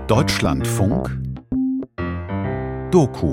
Deutschlandfunk Doku.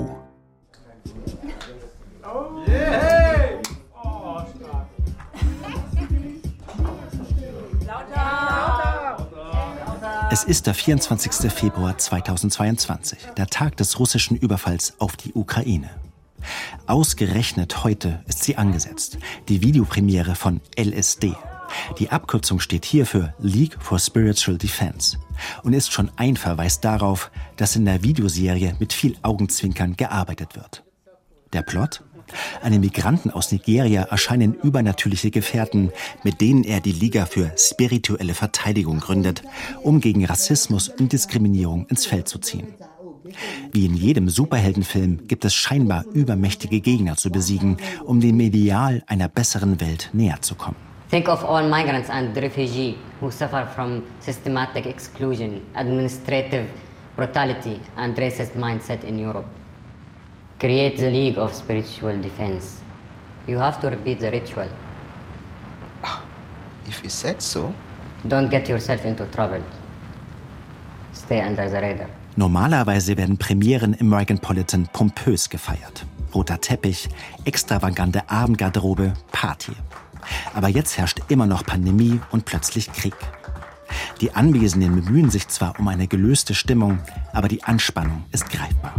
Es ist der 24. Februar 2022, der Tag des russischen Überfalls auf die Ukraine. Ausgerechnet heute ist sie angesetzt, die Videopremiere von LSD. Die Abkürzung steht hier für League for Spiritual Defense und ist schon ein Verweis darauf, dass in der Videoserie mit viel Augenzwinkern gearbeitet wird. Der Plot? Einem Migranten aus Nigeria erscheinen übernatürliche Gefährten, mit denen er die Liga für spirituelle Verteidigung gründet, um gegen Rassismus und Diskriminierung ins Feld zu ziehen. Wie in jedem Superheldenfilm gibt es scheinbar übermächtige Gegner zu besiegen, um dem Ideal einer besseren Welt näher zu kommen. Think of all migrants and refugees who suffer from systematic exclusion, administrative brutality and racist mindset in Europe. Create the League of Spiritual Defense. You have to repeat the ritual. If you said so. Don't get yourself into trouble. Stay under the radar. Normalerweise werden Premieren im Meigenpolitan pompös gefeiert. Roter Teppich, extravagante Abendgarderobe, Party. Aber jetzt herrscht immer noch Pandemie und plötzlich Krieg. Die Anwesenden bemühen sich zwar um eine gelöste Stimmung, aber die Anspannung ist greifbar.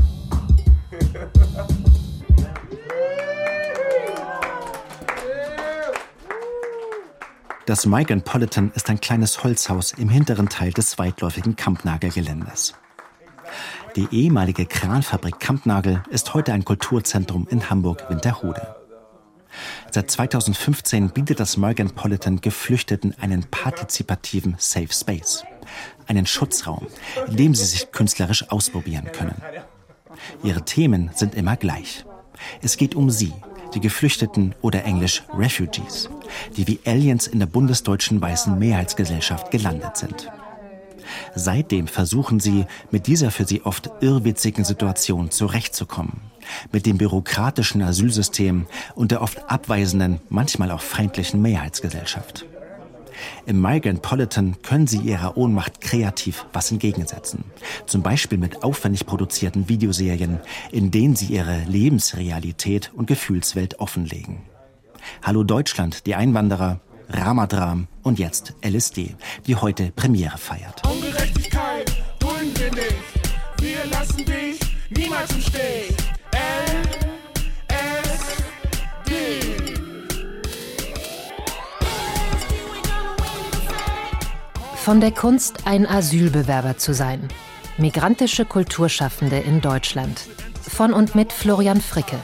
Das Meigenpolitan ist ein kleines Holzhaus im hinteren Teil des weitläufigen Kampnagel-Geländes. Die ehemalige Kranfabrik Kampnagel ist heute ein Kulturzentrum in Hamburg-Winterhude. Seit 2015 bietet das Meigenpolitan Geflüchteten einen partizipativen Safe Space, einen Schutzraum, in dem sie sich künstlerisch ausprobieren können. Ihre Themen sind immer gleich. Es geht um sie, die Geflüchteten oder englisch Refugees, die wie Aliens in der bundesdeutschen weißen Mehrheitsgesellschaft gelandet sind. Seitdem versuchen sie, mit dieser für sie oft irrwitzigen Situation zurechtzukommen, mit dem bürokratischen Asylsystem und der oft abweisenden, manchmal auch feindlichen Mehrheitsgesellschaft. Im Meigenpolitan können sie ihrer Ohnmacht kreativ was entgegensetzen. Zum Beispiel mit aufwendig produzierten Videoserien, in denen sie ihre Lebensrealität und Gefühlswelt offenlegen. Hallo Deutschland, die Einwanderer, Ramadram und jetzt LSD, die heute Premiere feiert. Ungerechtigkeit dulden wir nicht, wir lassen dich niemals im Stich. LSD. Von der Kunst, ein Asylbewerber zu sein. Migrantische Kulturschaffende in Deutschland. Von und mit Florian Fricke.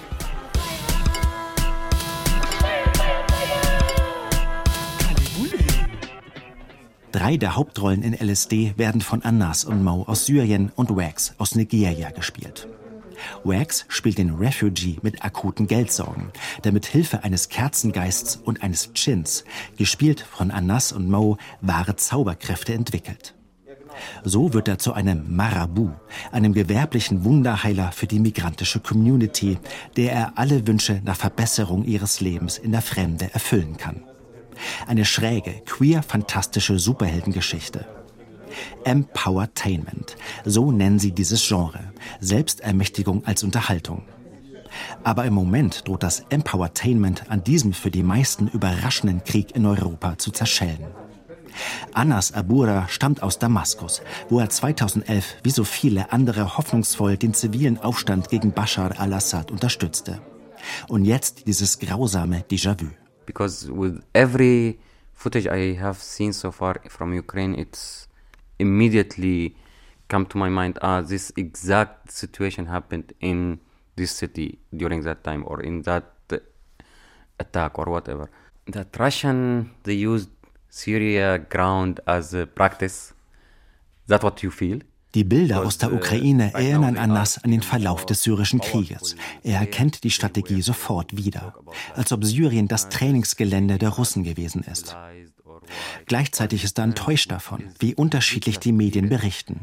Drei der Hauptrollen in LSD werden von Anas und Mo aus Syrien und Wax aus Nigeria gespielt. Wax spielt den Refugee mit akuten Geldsorgen, der mit Hilfe eines Kerzengeists und eines Djinns, gespielt von Anas und Mo, wahre Zauberkräfte entwickelt. So wird er zu einem Marabu, einem gewerblichen Wunderheiler für die migrantische Community, der er alle Wünsche nach Verbesserung ihres Lebens in der Fremde erfüllen kann. Eine schräge, queer-fantastische Superheldengeschichte. Empowertainment, so nennen sie dieses Genre. Selbstermächtigung als Unterhaltung. Aber im Moment droht das Empowertainment an diesem für die meisten überraschenden Krieg in Europa zu zerschellen. Anas Abura stammt aus Damaskus, wo er 2011 wie so viele andere hoffnungsvoll den zivilen Aufstand gegen Bashar al-Assad unterstützte. Und jetzt dieses grausame Déjà-vu. Because with every footage I have seen so far from Ukraine, it's immediately come to my mind, this exact situation happened in this city during that time or in that attack or whatever. That Russian, they used Syria ground as a practice. Is that what you feel? Die Bilder aus der Ukraine erinnern Anas an den Verlauf des syrischen Krieges. Er erkennt die Strategie sofort wieder, als ob Syrien das Trainingsgelände der Russen gewesen ist. Gleichzeitig ist er enttäuscht davon, wie unterschiedlich die Medien berichten.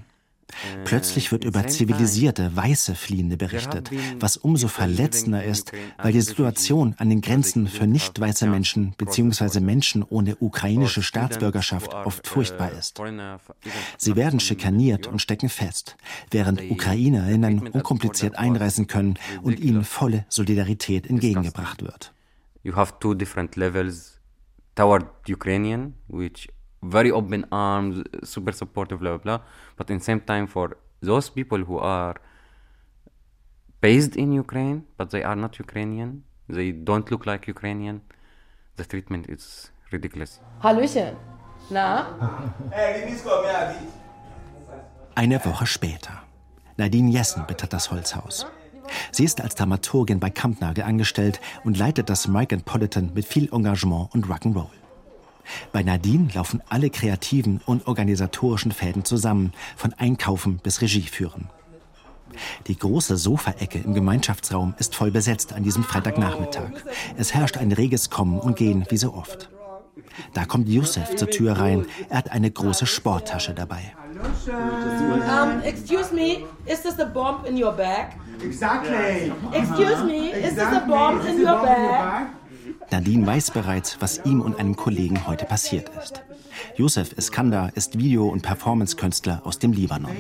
Plötzlich wird über zivilisierte, weiße Fliehende berichtet, was umso verletzender ist, weil die Situation an den Grenzen für nicht weiße Menschen bzw. Menschen ohne ukrainische Staatsbürgerschaft oft furchtbar ist. Sie werden schikaniert und stecken fest, während UkrainerInnen unkompliziert einreisen können und ihnen volle Solidarität entgegengebracht wird. You have two different levels toward Ukrainian, which very open arms, super supportive, blah, blah, blah. But at the same time, for those people who are based in Ukraine, but they are not Ukrainian, they don't look like Ukrainian, the treatment is ridiculous. Hallöchen. Na? Eine Woche später. Nadine Jessen betritt das Holzhaus. Sie ist als Dramaturgin bei Kampnagel angestellt und leitet das Micropolitan mit viel Engagement und Rock'n'Roll. Bei Nadine laufen alle kreativen und organisatorischen Fäden zusammen, von Einkaufen bis Regie führen. Die große Sofaecke im Gemeinschaftsraum ist voll besetzt an diesem Freitagnachmittag. Es herrscht ein reges Kommen und Gehen wie so oft. Da kommt Youssef zur Tür rein. Er hat eine große Sporttasche dabei. Excuse me, is this a bomb in your bag? Exactly. Excuse me, is this a bomb in your bag? Nadine weiß bereits, was ihm und einem Kollegen heute passiert ist. Youssef Iskandar ist Video- und Performance-Künstler aus dem Libanon.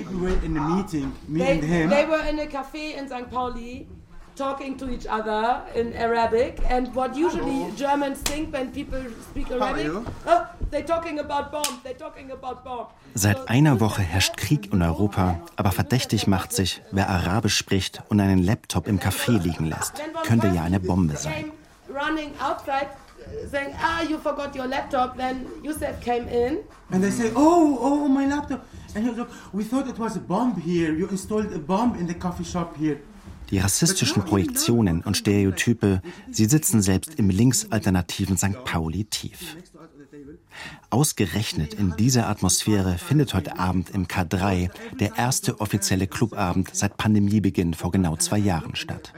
They were in a café in St. Pauli talking to each other in Arabic, and what usually Germans think when people speak Arabic, oh, they're talking about bomb, they're talking about bomb. Seit einer Woche herrscht Krieg in Europa, aber verdächtig macht sich, wer Arabisch spricht und einen Laptop im Café liegen lässt. Könnte ja eine Bombe sein. Running outside, saying, you forgot your laptop. Then Youssef came in. And they say, oh, my laptop. And he was like, we thought it was a bomb here. You installed a bomb in the coffee shop here. Die rassistischen Projektionen und Stereotype, sie sitzen selbst im linksalternativen St. Pauli tief. Ausgerechnet in dieser Atmosphäre findet heute Abend im K3 der erste offizielle Clubabend seit Pandemiebeginn vor genau 2 Jahren statt.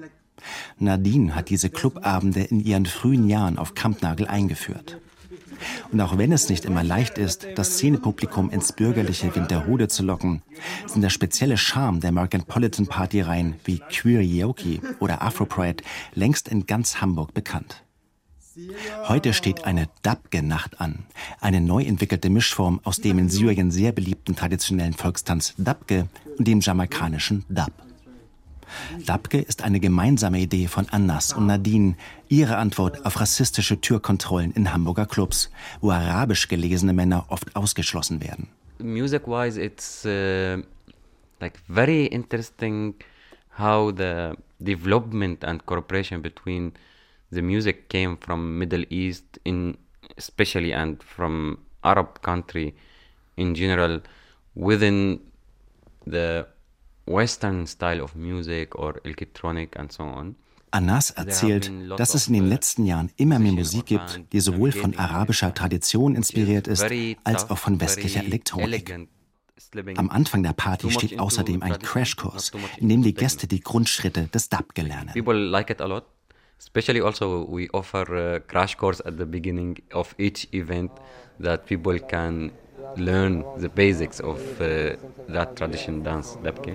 Nadine hat diese Clubabende in ihren frühen Jahren auf Kampnagel eingeführt. Und auch wenn es nicht immer leicht ist, das Szenepublikum ins bürgerliche Winterhude zu locken, sind der spezielle Charme der Micropolitan-Party-Reihen wie Queerioke oder Afropride längst in ganz Hamburg bekannt. Heute steht eine Dabge-Nacht an, eine neu entwickelte Mischform aus dem in Syrien sehr beliebten traditionellen Volkstanz Dabge und dem jamaikanischen Dub. Dabge ist eine gemeinsame Idee von Anas und Nadine, ihre Antwort auf rassistische Türkontrollen in Hamburger Clubs, wo arabisch gelesene Männer oft ausgeschlossen werden. Music-wise, it's like very interesting how the development and cooperation between the music came from Middle East, especially and from Arab country in general, within the Western style of music or electronic and so on. Anas erzählt, dass es in den letzten Jahren immer mehr Musik gibt, die sowohl von arabischer Tradition inspiriert ist, als auch von westlicher Elektronik. Am Anfang der Party steht außerdem ein Crashkurs, in dem die Gäste die Grundschritte des Dabge lernen. People like it a lot. Especially also we offer a crash course at the beginning of each event that people can learn the basics of that tradition dance, Dabge.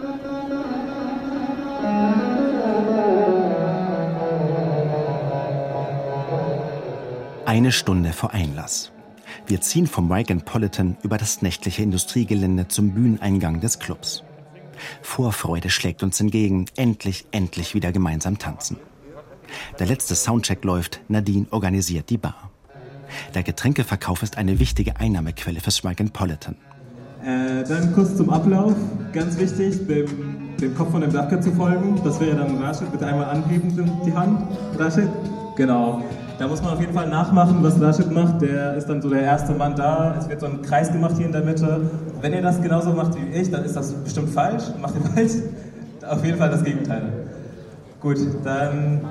Eine Stunde vor Einlass. Wir ziehen vom Micropolitan über das nächtliche Industriegelände zum Bühneneingang des Clubs. Vorfreude schlägt uns entgegen, endlich wieder gemeinsam tanzen. Der letzte Soundcheck läuft, Nadine organisiert die Bar. Der Getränkeverkauf ist eine wichtige Einnahmequelle fürs Micropolitan. Dann kurz zum Ablauf. Ganz wichtig, dem Kopf von dem Dabge zu folgen. Das wäre dann Rashid. Bitte einmal anheben die Hand. Rashid? Genau. Da muss man auf jeden Fall nachmachen, was Rashid macht. Der ist dann so der erste Mann da. Es wird so ein Kreis gemacht hier in der Mitte. Wenn ihr das genauso macht wie ich, dann ist das bestimmt falsch. Macht ihr falsch? Auf jeden Fall das Gegenteil. Gut, dann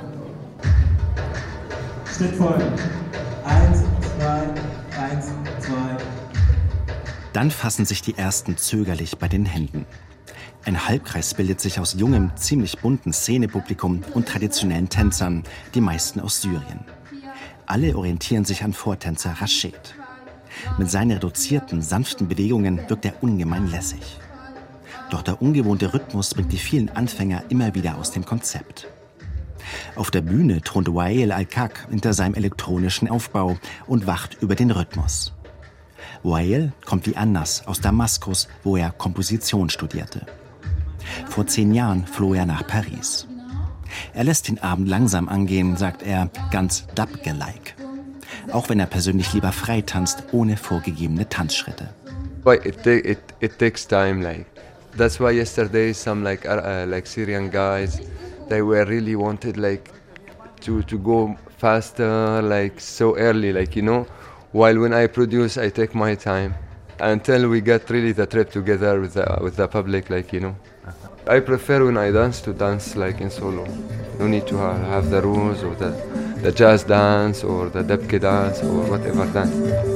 steht folgen. 1, 2, 1, 2. Dann fassen sich die Ersten zögerlich bei den Händen. Ein Halbkreis bildet sich aus jungem, ziemlich bunten Szenepublikum und traditionellen Tänzern, die meisten aus Syrien. Alle orientieren sich an Vortänzer Rashid. Mit seinen reduzierten, sanften Bewegungen wirkt er ungemein lässig. Doch der ungewohnte Rhythmus bringt die vielen Anfänger immer wieder aus dem Konzept. Auf der Bühne thront Wael Al-Kak hinter seinem elektronischen Aufbau und wacht über den Rhythmus. Wael kommt wie Anas aus Damaskus, wo er Komposition studierte. Vor 10 Jahren floh er nach Paris. Er lässt den Abend langsam angehen, sagt er, ganz Dabke-like. Auch wenn er persönlich lieber frei tanzt, ohne vorgegebene Tanzschritte. It takes time, like. That's why yesterday some like Syrian guys, they were really wanted like to go faster, like so early, like, you know. While when I produce, I take my time until we get really the trip together with the public, like, you know. I prefer when I dance to dance like in solo. No need to have the rules or the jazz dance or the Dabke dance or whatever dance.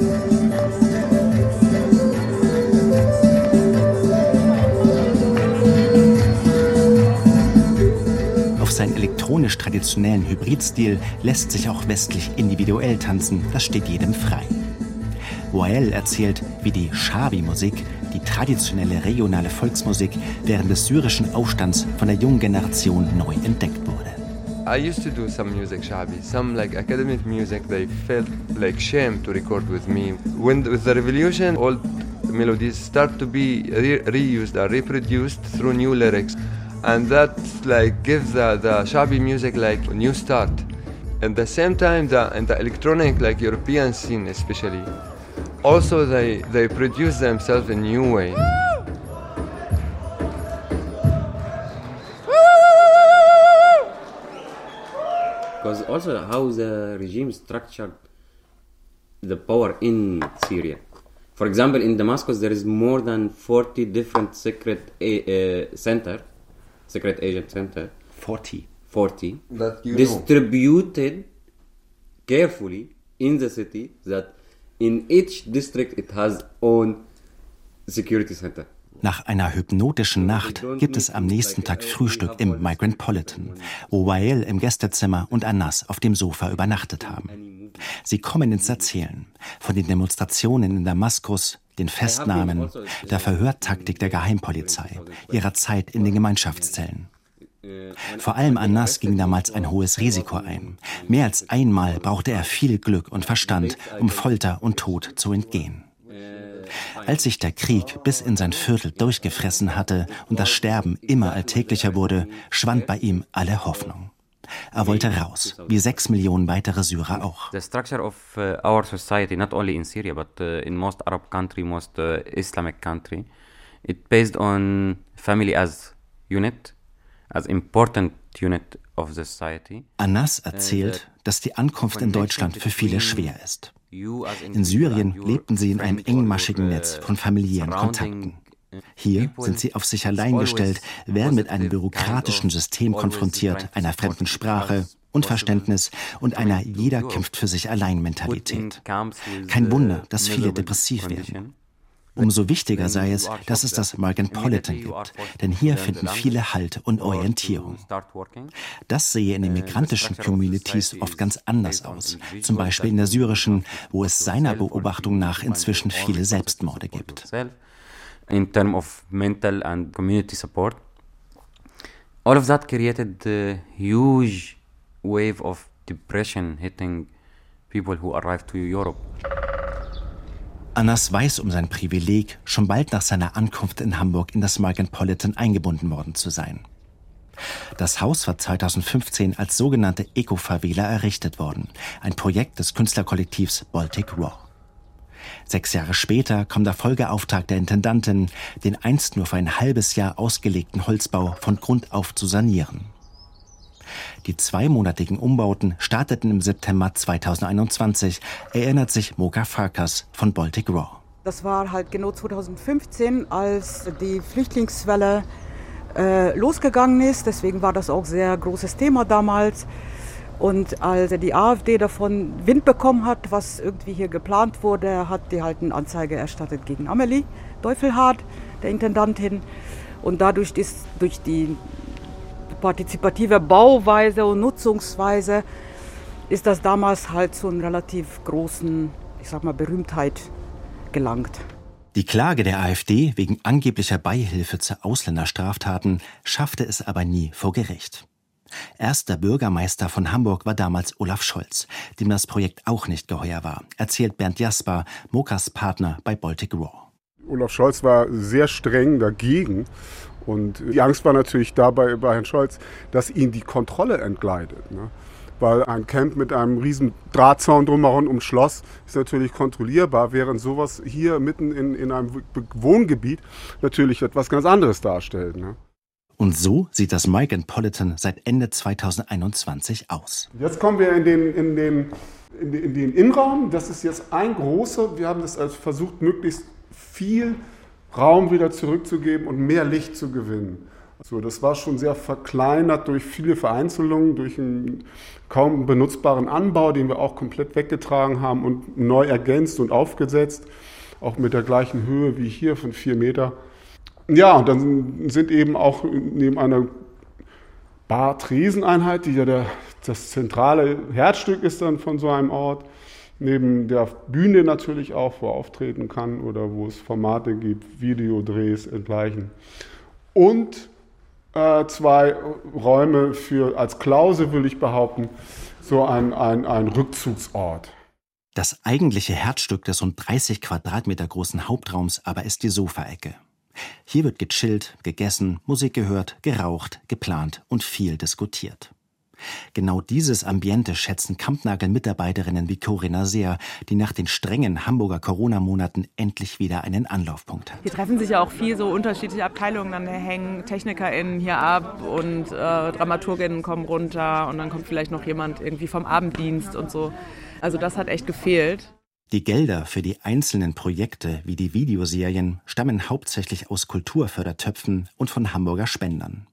Auf seinen elektronisch traditionellen Hybridstil lässt sich auch westlich individuell tanzen, das steht jedem frei. Wael erzählt, wie die Shabi-Musik, die traditionelle regionale Volksmusik, während des syrischen Aufstands von der jungen Generation neu entdeckt wurde. I used to do some music Shabi, some like academic music. They felt like shame to record with me. With the revolution, old melodies start to be reused or reproduced through new lyrics. And that like gives the Shabi music like a new start. At the same time, in the electronic like European scene especially, also they produce themselves in a new way. Because also how the regime structured the power in Syria. For example, in Damascus there is more than 40 different secret agent center. 40. That you distributed carefully in the city, that in each district it has own security center. Nach einer hypnotischen Nacht gibt es am nächsten Tag Frühstück im Migrantpolitan, wo Wael im Gästezimmer und Anas auf dem Sofa übernachtet haben. Sie kommen ins Erzählen von den Demonstrationen in Damaskus, den Festnahmen, der Verhörtaktik der Geheimpolizei, ihrer Zeit in den Gemeinschaftszellen. Vor allem Anas ging damals ein hohes Risiko ein. Mehr als einmal brauchte er viel Glück und Verstand, um Folter und Tod zu entgehen. Als sich der Krieg bis in sein Viertel durchgefressen hatte und das Sterben immer alltäglicher wurde, schwand bei ihm alle Hoffnung. Er wollte raus, wie 6 Millionen weitere Syrer auch. The structure of our society, not only in Syria, but in most Arab country, most Islamic country, it based on family as unit, as important unit of the society. Anas erzählt, dass die Ankunft in Deutschland für viele schwer ist. In Syrien lebten sie in einem engmaschigen Netz von familiären Kontakten. Hier sind sie auf sich allein gestellt, werden mit einem bürokratischen System konfrontiert, einer fremden Sprache, Unverständnis und einer Jeder kämpft für sich allein Mentalität. Kein Wunder, dass viele depressiv werden. Umso wichtiger sei es, dass es das Migrantpolitan gibt, denn hier finden viele Halt und Orientierung. Das sehe in den migrantischen Communities oft ganz anders aus, zum Beispiel in der syrischen, wo es seiner Beobachtung nach inzwischen viele Selbstmorde gibt. In terms of mental and community support, all of that created a huge wave of depression hitting people who arrived to Europe. Anas weiß um sein Privileg, schon bald nach seiner Ankunft in Hamburg in das Migrantpolitan eingebunden worden zu sein. Das Haus war 2015 als sogenannte Eco-Favela errichtet worden, ein Projekt des Künstlerkollektivs Baltic Raw. 6 Jahre später kommt der Folgeauftrag der Intendantin, den einst nur für ein halbes Jahr ausgelegten Holzbau von Grund auf zu sanieren. Die 2-monatigen Umbauten starteten im September 2021, erinnert sich Moka Farkas von Baltic Raw. Das war halt genau 2015, als die Flüchtlingswelle losgegangen ist. Deswegen war das auch ein sehr großes Thema damals. Und als die AfD davon Wind bekommen hat, was irgendwie hier geplant wurde, hat die halt eine Anzeige erstattet gegen Amelie Teufelhardt, der Intendantin. Und dadurch ist durch die partizipative Bauweise und Nutzungsweise ist das damals halt zu einer relativ großen, ich sag mal, Berühmtheit gelangt. Die Klage der AfD wegen angeblicher Beihilfe zu Ausländerstraftaten schaffte es aber nie vor Gericht. Erster Bürgermeister von Hamburg war damals Olaf Scholz, dem das Projekt auch nicht geheuer war, erzählt Bernd Jasper, Mokas Partner bei Baltic Raw. Olaf Scholz war sehr streng dagegen. Und die Angst war natürlich dabei bei Herrn Scholz, dass ihm die Kontrolle entgleitet. Ne? Weil ein Camp mit einem riesen Drahtzaun drumherum ums Schloss ist natürlich kontrollierbar, während sowas hier mitten in einem Wohngebiet natürlich etwas ganz anderes darstellt. Ne? Und so sieht das Micropolitan seit Ende 2021 aus. Jetzt kommen wir in den Innenraum. Das ist jetzt ein großer. Wir haben das als versucht, möglichst viel Raum wieder zurückzugeben und mehr Licht zu gewinnen. Also das war schon sehr verkleinert durch viele Vereinzelungen, durch einen kaum benutzbaren Anbau, den wir auch komplett weggetragen haben und neu ergänzt und aufgesetzt, auch mit der gleichen Höhe wie hier von 4 Meter. Ja, und dann sind eben auch neben einer Bar-Tresen-Einheit, die ja das zentrale Herzstück ist dann von so einem Ort, neben der Bühne natürlich auch, wo er auftreten kann oder wo es Formate gibt, Videodrehs und dergleichen. Und 2 Räume als Klause, will ich behaupten, so ein Rückzugsort. Das eigentliche Herzstück des rund 30 Quadratmeter großen Hauptraums aber ist die Sofaecke. Hier wird gechillt, gegessen, Musik gehört, geraucht, geplant und viel diskutiert. Genau dieses Ambiente schätzen Kampnagel-Mitarbeiterinnen wie Corinna sehr, die nach den strengen Hamburger Corona-Monaten endlich wieder einen Anlaufpunkt hat. Hier treffen sich ja auch viel so unterschiedliche Abteilungen, dann hängen TechnikerInnen hier ab und DramaturgInnen kommen runter und dann kommt vielleicht noch jemand irgendwie vom Abenddienst und so. Also das hat echt gefehlt. Die Gelder für die einzelnen Projekte wie die Videoserien stammen hauptsächlich aus Kulturfördertöpfen und von Hamburger Spendern.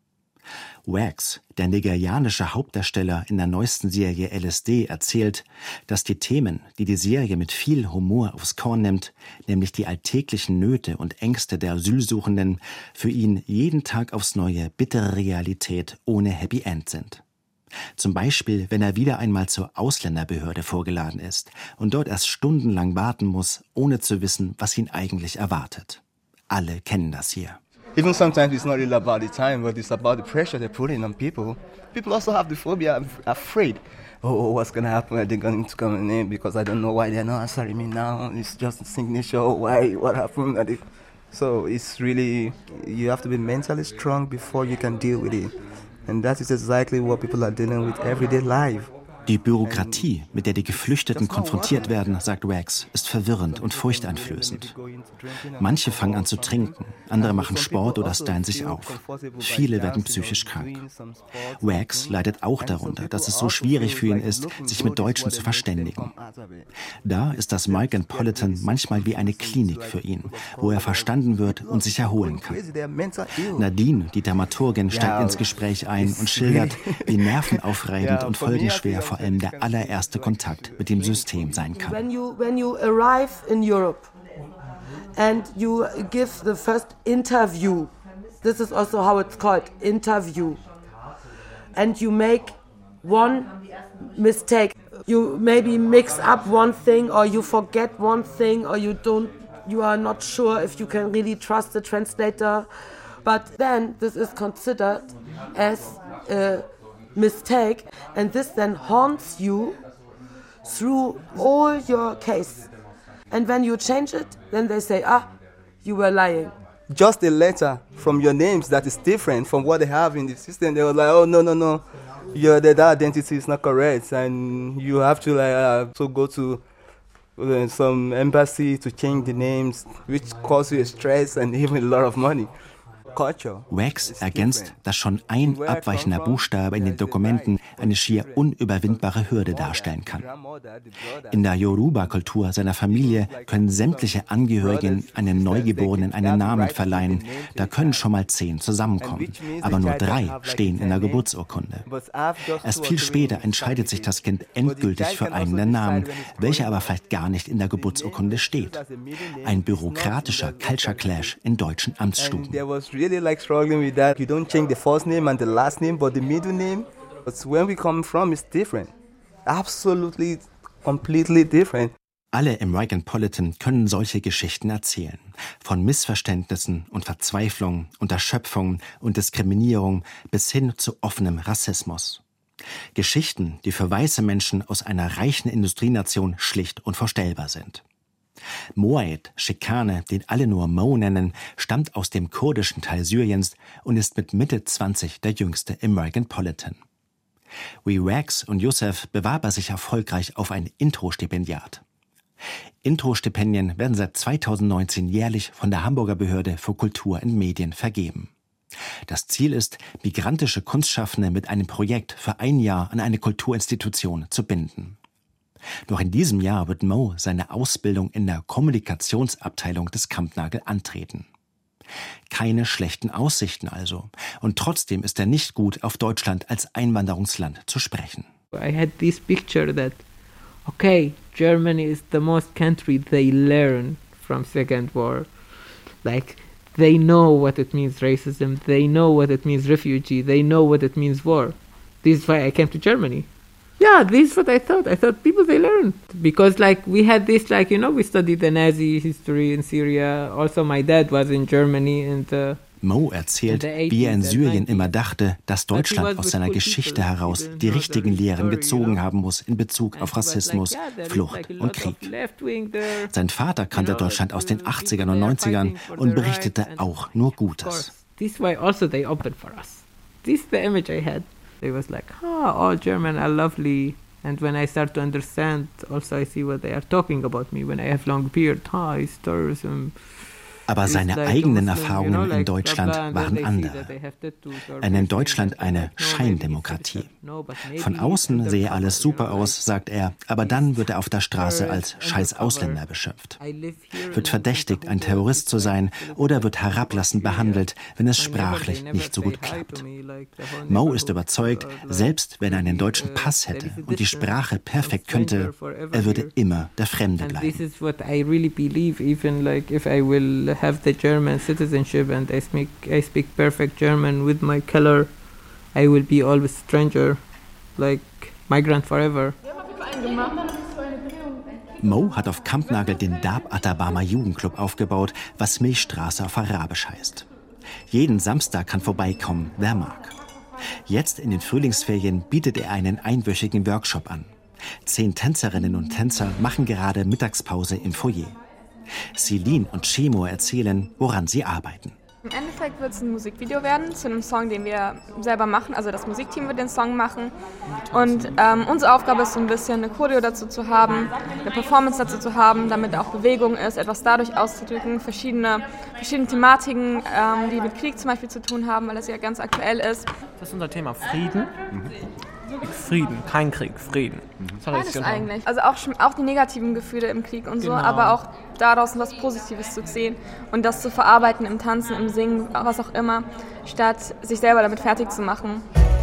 Wax, der nigerianische Hauptdarsteller in der neuesten Serie LSD, erzählt, dass die Themen, die die Serie mit viel Humor aufs Korn nimmt, nämlich die alltäglichen Nöte und Ängste der Asylsuchenden, für ihn jeden Tag aufs Neue bittere Realität ohne Happy End sind. Zum Beispiel, wenn er wieder einmal zur Ausländerbehörde vorgeladen ist und dort erst stundenlang warten muss, ohne zu wissen, was ihn eigentlich erwartet. Alle kennen das hier. Even sometimes it's not really about the time, but it's about the pressure they're putting on people. People also have the phobia, afraid. Oh, what's going to happen? Are they going to come in? Because I don't know why they're not answering me now. It's just a signature. Why? What happened? So it's really, you have to be mentally strong before you can deal with it. And that is exactly what people are dealing with everyday life. Die Bürokratie, mit der die Geflüchteten konfrontiert werden, sagt Wax, ist verwirrend und furchteinflößend. Manche fangen an zu trinken, andere machen Sport oder stylen sich auf. Viele werden psychisch krank. Wax leidet auch darunter, dass es so schwierig für ihn ist, sich mit Deutschen zu verständigen. Da ist das Micropolitan manchmal wie eine Klinik für ihn, wo er verstanden wird und sich erholen kann. Nadine, die Dramaturgin, steigt ins Gespräch ein und schildert, wie nervenaufreibend und folgenschwer vor allem der allererste Kontakt mit dem System sein kann. When you arrive in Europe and you give the first interview, this is also how it's called, interview, and you make one mistake, you maybe mix up one thing or you forget one thing or you are not sure if you can really trust the translator, but then this is considered as a mistake, and this then haunts you through all your case. And when you change it, then they say, you were lying. Just a letter from your names that is different from what they have in the system. They were like, oh, no, that identity is not correct, and you have to to go to some embassy to change the names, which causes you stress and even a lot of money. Wax ergänzt, dass schon ein abweichender Buchstabe in den Dokumenten eine schier unüberwindbare Hürde darstellen kann. In der Yoruba-Kultur seiner Familie können sämtliche Angehörigen einem Neugeborenen einen Namen verleihen. Da können schon mal 10 zusammenkommen, aber nur 3 stehen in der Geburtsurkunde. Erst viel später entscheidet sich das Kind endgültig für einen der Namen, welcher aber vielleicht gar nicht in der Geburtsurkunde steht. Ein bürokratischer Culture Clash in deutschen Amtsstuben. Really like struggling with that. You don't change the first name and the last name, but the middle name. But where we come from is different. Absolutely, completely different. Alle im Micropolitan können solche Geschichten erzählen. von Missverständnissen und Verzweiflung und Erschöpfung und Diskriminierung bis hin zu offenem Rassismus. Geschichten, die für weiße Menschen aus einer reichen Industrienation schlicht unvorstellbar sind. Moayed, Schikane, den alle nur Mo nennen, stammt aus dem kurdischen Teil Syriens und ist mit Mitte 20 der jüngste im Mergenpolitan. Wie Rags und Youssef bewarb er sich erfolgreich auf ein Intro-Stipendiat. Intro-Stipendien werden seit 2019 jährlich von der Hamburger Behörde für Kultur und Medien vergeben. Das Ziel ist, migrantische Kunstschaffende mit einem Projekt für ein Jahr an eine Kulturinstitution zu binden. Noch in diesem Jahr wird Mo seine Ausbildung in der Kommunikationsabteilung des Kampnagel antreten. Keine schlechten Aussichten also. Und trotzdem ist er nicht gut, auf Deutschland als Einwanderungsland zu sprechen. I had this picture that, okay, Germany is the most country they learn from Second War. Like, they know what it means racism, they know what it means refugee, they know what it means war. This is why I came to Germany. Yeah, this is what I thought. I thought people, they learn. Because, like, we had this, like, you know, we studied the Nazi history in Syria. Also, my dad was in Germany and... Mo erzählt, wie er in Syrien immer dachte, dass Deutschland aus seiner Geschichte heraus die richtigen Lehren gezogen haben muss in Bezug auf Rassismus, Flucht und Krieg. Sein Vater kannte Deutschland aus den 80ern und 90ern und berichtete auch nur Gutes. This way also they opened for us. This is the image I had. It was like, all German are lovely. And when I start to understand, also I see what they are talking about me. When I have long beard, it's terrorism. Aber seine eigenen Erfahrungen in Deutschland waren andere. Er nennt Deutschland eine Scheindemokratie. Von außen sehe alles super aus, sagt er, aber dann wird er auf der Straße als scheiß Ausländer beschimpft. Wird verdächtigt, ein Terrorist zu sein oder wird herablassend behandelt, wenn es sprachlich nicht so gut klappt. Mo ist überzeugt, selbst wenn er einen deutschen Pass hätte und die Sprache perfekt könnte, er würde immer der Fremde bleiben. Have the German citizenship and I speak perfect German with my color, I will be always stranger, like migrant forever. Mo hat auf Kampnagel den Dab Atabama Jugendclub aufgebaut, was Milchstraße auf Arabisch heißt. Jeden Samstag kann vorbeikommen, wer mag. Jetzt in den Frühlingsferien bietet er einen einwöchigen Workshop an. 10 Tänzerinnen und Tänzer machen gerade Mittagspause im Foyer. Celine und Chemo erzählen, woran sie arbeiten. Im Endeffekt wird es ein Musikvideo werden zu einem Song, den wir selber machen. Also das Musikteam wird den Song machen. Und unsere Aufgabe ist so ein bisschen eine Choreo dazu zu haben, eine Performance dazu zu haben, damit auch Bewegung ist, etwas dadurch auszudrücken, verschiedene Thematiken, die mit Krieg zum Beispiel zu tun haben, weil das ja ganz aktuell ist. Das ist unser Thema Frieden. Frieden, kein Krieg, Frieden. Beides eigentlich. Also auch die negativen Gefühle im Krieg und so, aber auch daraus was Positives zu sehen und das zu verarbeiten im Tanzen, im Singen, was auch immer, statt sich selber damit fertig zu machen.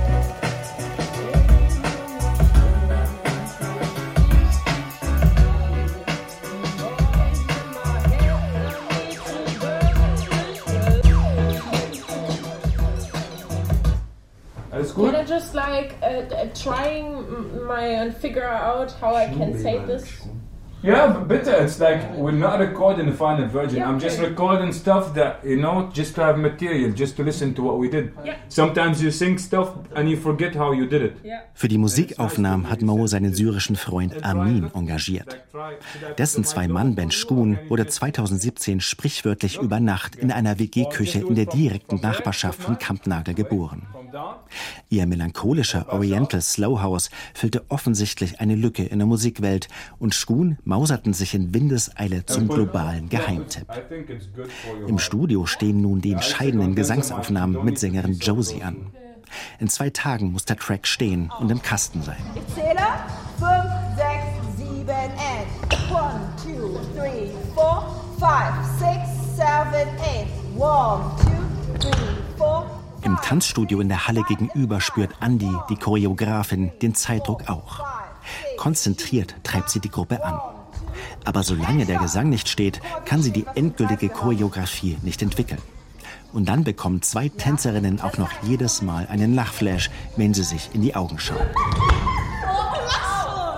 Can I just trying and figure out how I can say this? Yeah, bitte. It's like we're not recording the final version. Yeah, okay. I'm just recording stuff that, just to have material, just to listen to what we did. Yeah. Sometimes you sing stuff and you forget how you did it. Yeah. Für die Musikaufnahmen hat Mo seinen syrischen Freund Amin engagiert. Dessen 2-Mann-Band Shkun wurde 2017 sprichwörtlich über Nacht in einer WG-Küche in der direkten Nachbarschaft von Kampnagel geboren. Ihr melancholischer Oriental Slowhouse füllte offensichtlich eine Lücke in der Musikwelt und Shkun mauserten sich in Windeseile zum globalen Geheimtipp. Im Studio stehen nun die entscheidenden Gesangsaufnahmen mit Sängerin Josie an. In 2 Tagen muss der Track stehen und im Kasten sein. Ich zähle 5, 6, 7 and 1, 2, 3, 4, 5, 6, 7, 8. 1, 2, 3, 4. Im Tanzstudio in der Halle gegenüber spürt Andi, die Choreografin, den Zeitdruck auch. Konzentriert treibt sie die Gruppe an. Aber solange der Gesang nicht steht, kann sie die endgültige Choreografie nicht entwickeln. Und dann bekommen 2 Tänzerinnen auch noch jedes Mal einen Lachflash, wenn sie sich in die Augen schauen.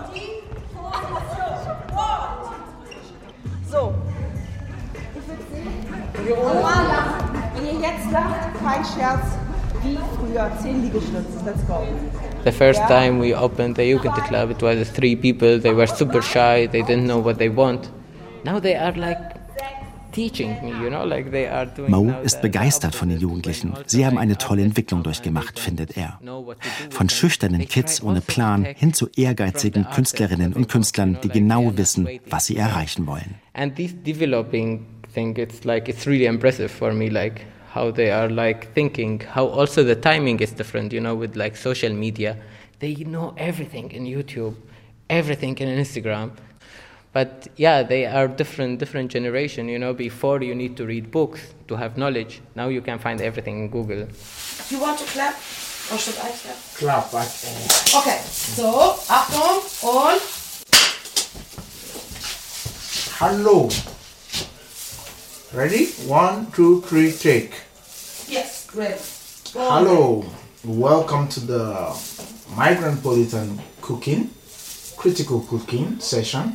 So. Normal lachen. Wenn ihr jetzt lacht, kein Scherz, wie früher, 10 Liegestütze. Let's go. The first time we opened the Jugendclub, it was 3 people. They were super shy. They didn't know what they want. Now they are like teaching me, you know, like they are doing. Mo ist begeistert von den Jugendlichen. Sie haben eine tolle Entwicklung durchgemacht, findet er. Von schüchternen Kids ohne Plan hin zu ehrgeizigen Künstlerinnen und Künstlern, die genau wissen, was sie erreichen wollen. And this developing thing, it's really impressive for me, like how they are like thinking, how also the timing is different, you know, with like social media. They know everything in YouTube, everything in Instagram. But yeah, they are different generation, you know. Before you need to read books to have knowledge. Now you can find everything in Google. You want to clap? Or should I clap? Clap. Okay, so, Achtung und... Hallo. Ready? 1, 2, 3, take. Yes, great. Hello. Welcome to the Migrantpolitan critical cooking session.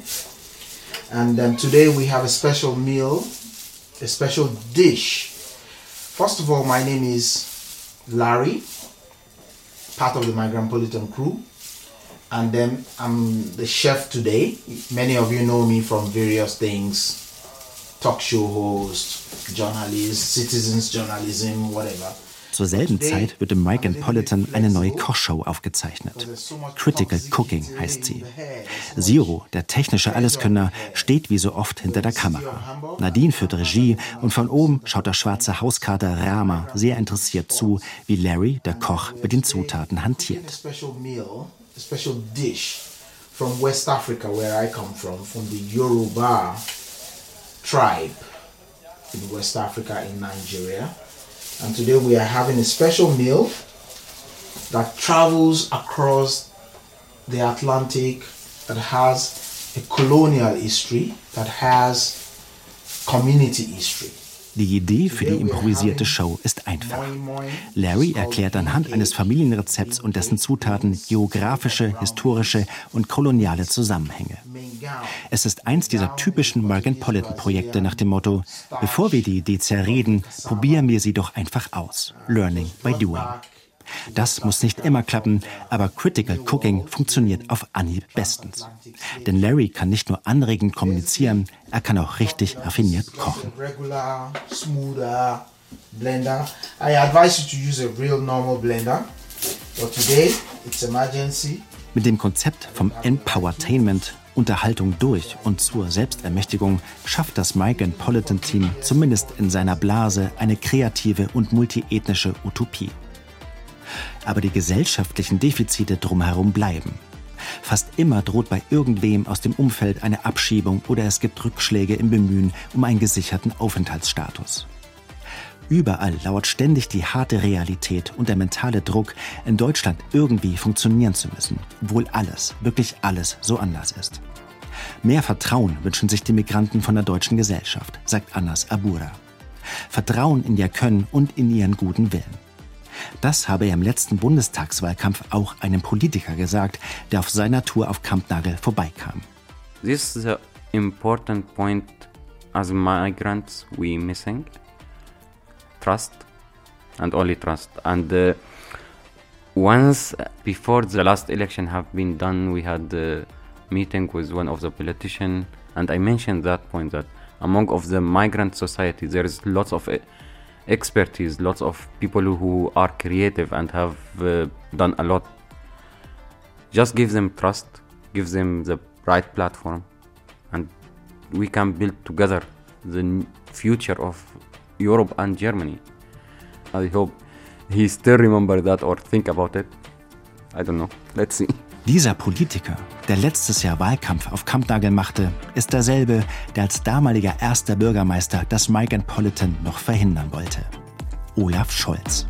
And today we have a special meal, a special dish. First of all, my name is Larry, part of the Migrantpolitan crew. And then I'm the chef today. Many of you know me from various things, talk show host, journalist, citizens journalism, whatever. Zur selben Zeit wird im Migrantpolitan eine neue Kochshow aufgezeichnet. Critical Cooking heißt sie. Zero, der technische Alleskönner, steht wie so oft hinter der Kamera. Nadine führt Regie und von oben schaut der schwarze Hauskater Rama sehr interessiert zu, wie Larry, der Koch, mit den Zutaten hantiert. A special dish from West Africa, where I come from the Yoruba tribe in West Africa in Nigeria. And today we are having a special meal that travels across the Atlantic, that has a colonial history, that has community history. Die Idee für die improvisierte Show ist einfach. Larry erklärt anhand eines Familienrezepts und dessen Zutaten geografische, historische und koloniale Zusammenhänge. Es ist eins dieser typischen Migrantpolitan-Projekte nach dem Motto: Bevor wir die Idee zerreden, probieren wir sie doch einfach aus. Learning by doing. Das muss nicht immer klappen, aber Critical Cooking funktioniert auf Anhieb bestens. Denn Larry kann nicht nur anregend kommunizieren, er kann auch richtig raffiniert kochen. Regular, smoother blender. I advise you to use a real normal blender. But today it's emergency. Mit dem Konzept vom Empowertainment, Unterhaltung durch und zur Selbstermächtigung, schafft das Migrantpolitan-Team zumindest in seiner Blase eine kreative und multiethnische Utopie. Aber die gesellschaftlichen Defizite drumherum bleiben. Fast immer droht bei irgendwem aus dem Umfeld eine Abschiebung oder es gibt Rückschläge im Bemühen um einen gesicherten Aufenthaltsstatus. Überall lauert ständig die harte Realität und der mentale Druck, in Deutschland irgendwie funktionieren zu müssen, obwohl alles, wirklich alles so anders ist. Mehr Vertrauen wünschen sich die Migranten von der deutschen Gesellschaft, sagt Anas Abura. Vertrauen in ihr Können und in ihren guten Willen. Das habe er im letzten Bundestagswahlkampf auch einem Politiker gesagt, der auf seiner Tour auf Kampnagel vorbeikam. This is an important point as migrants we missing. Trust and only trust. And once before the last election have been done, we had a meeting with one of the politicians, and I mentioned that point that among of the migrant society there is lots of expertise, lots of people who are creative and have done a lot. Just give them trust, give them the right platform, and we can build together the future of Europe and Germany. I hope he still remember that or think about it. I don't know. Let's see. Dieser Politiker, der letztes Jahr Wahlkampf auf Kampnagel machte, ist derselbe, der als damaliger erster Bürgermeister das Migrantpolitan noch verhindern wollte. Olaf Scholz.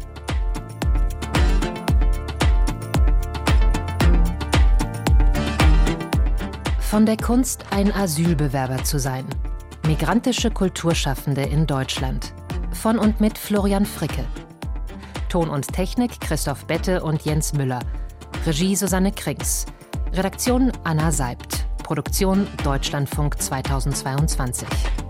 Von der Kunst, ein Asylbewerber zu sein. Migrantische Kulturschaffende in Deutschland. Von und mit Florian Fricke. Ton und Technik Christoph Bette und Jens Müller. Regie Susanne Krings. Redaktion Anna Seibt. Produktion Deutschlandfunk 2022.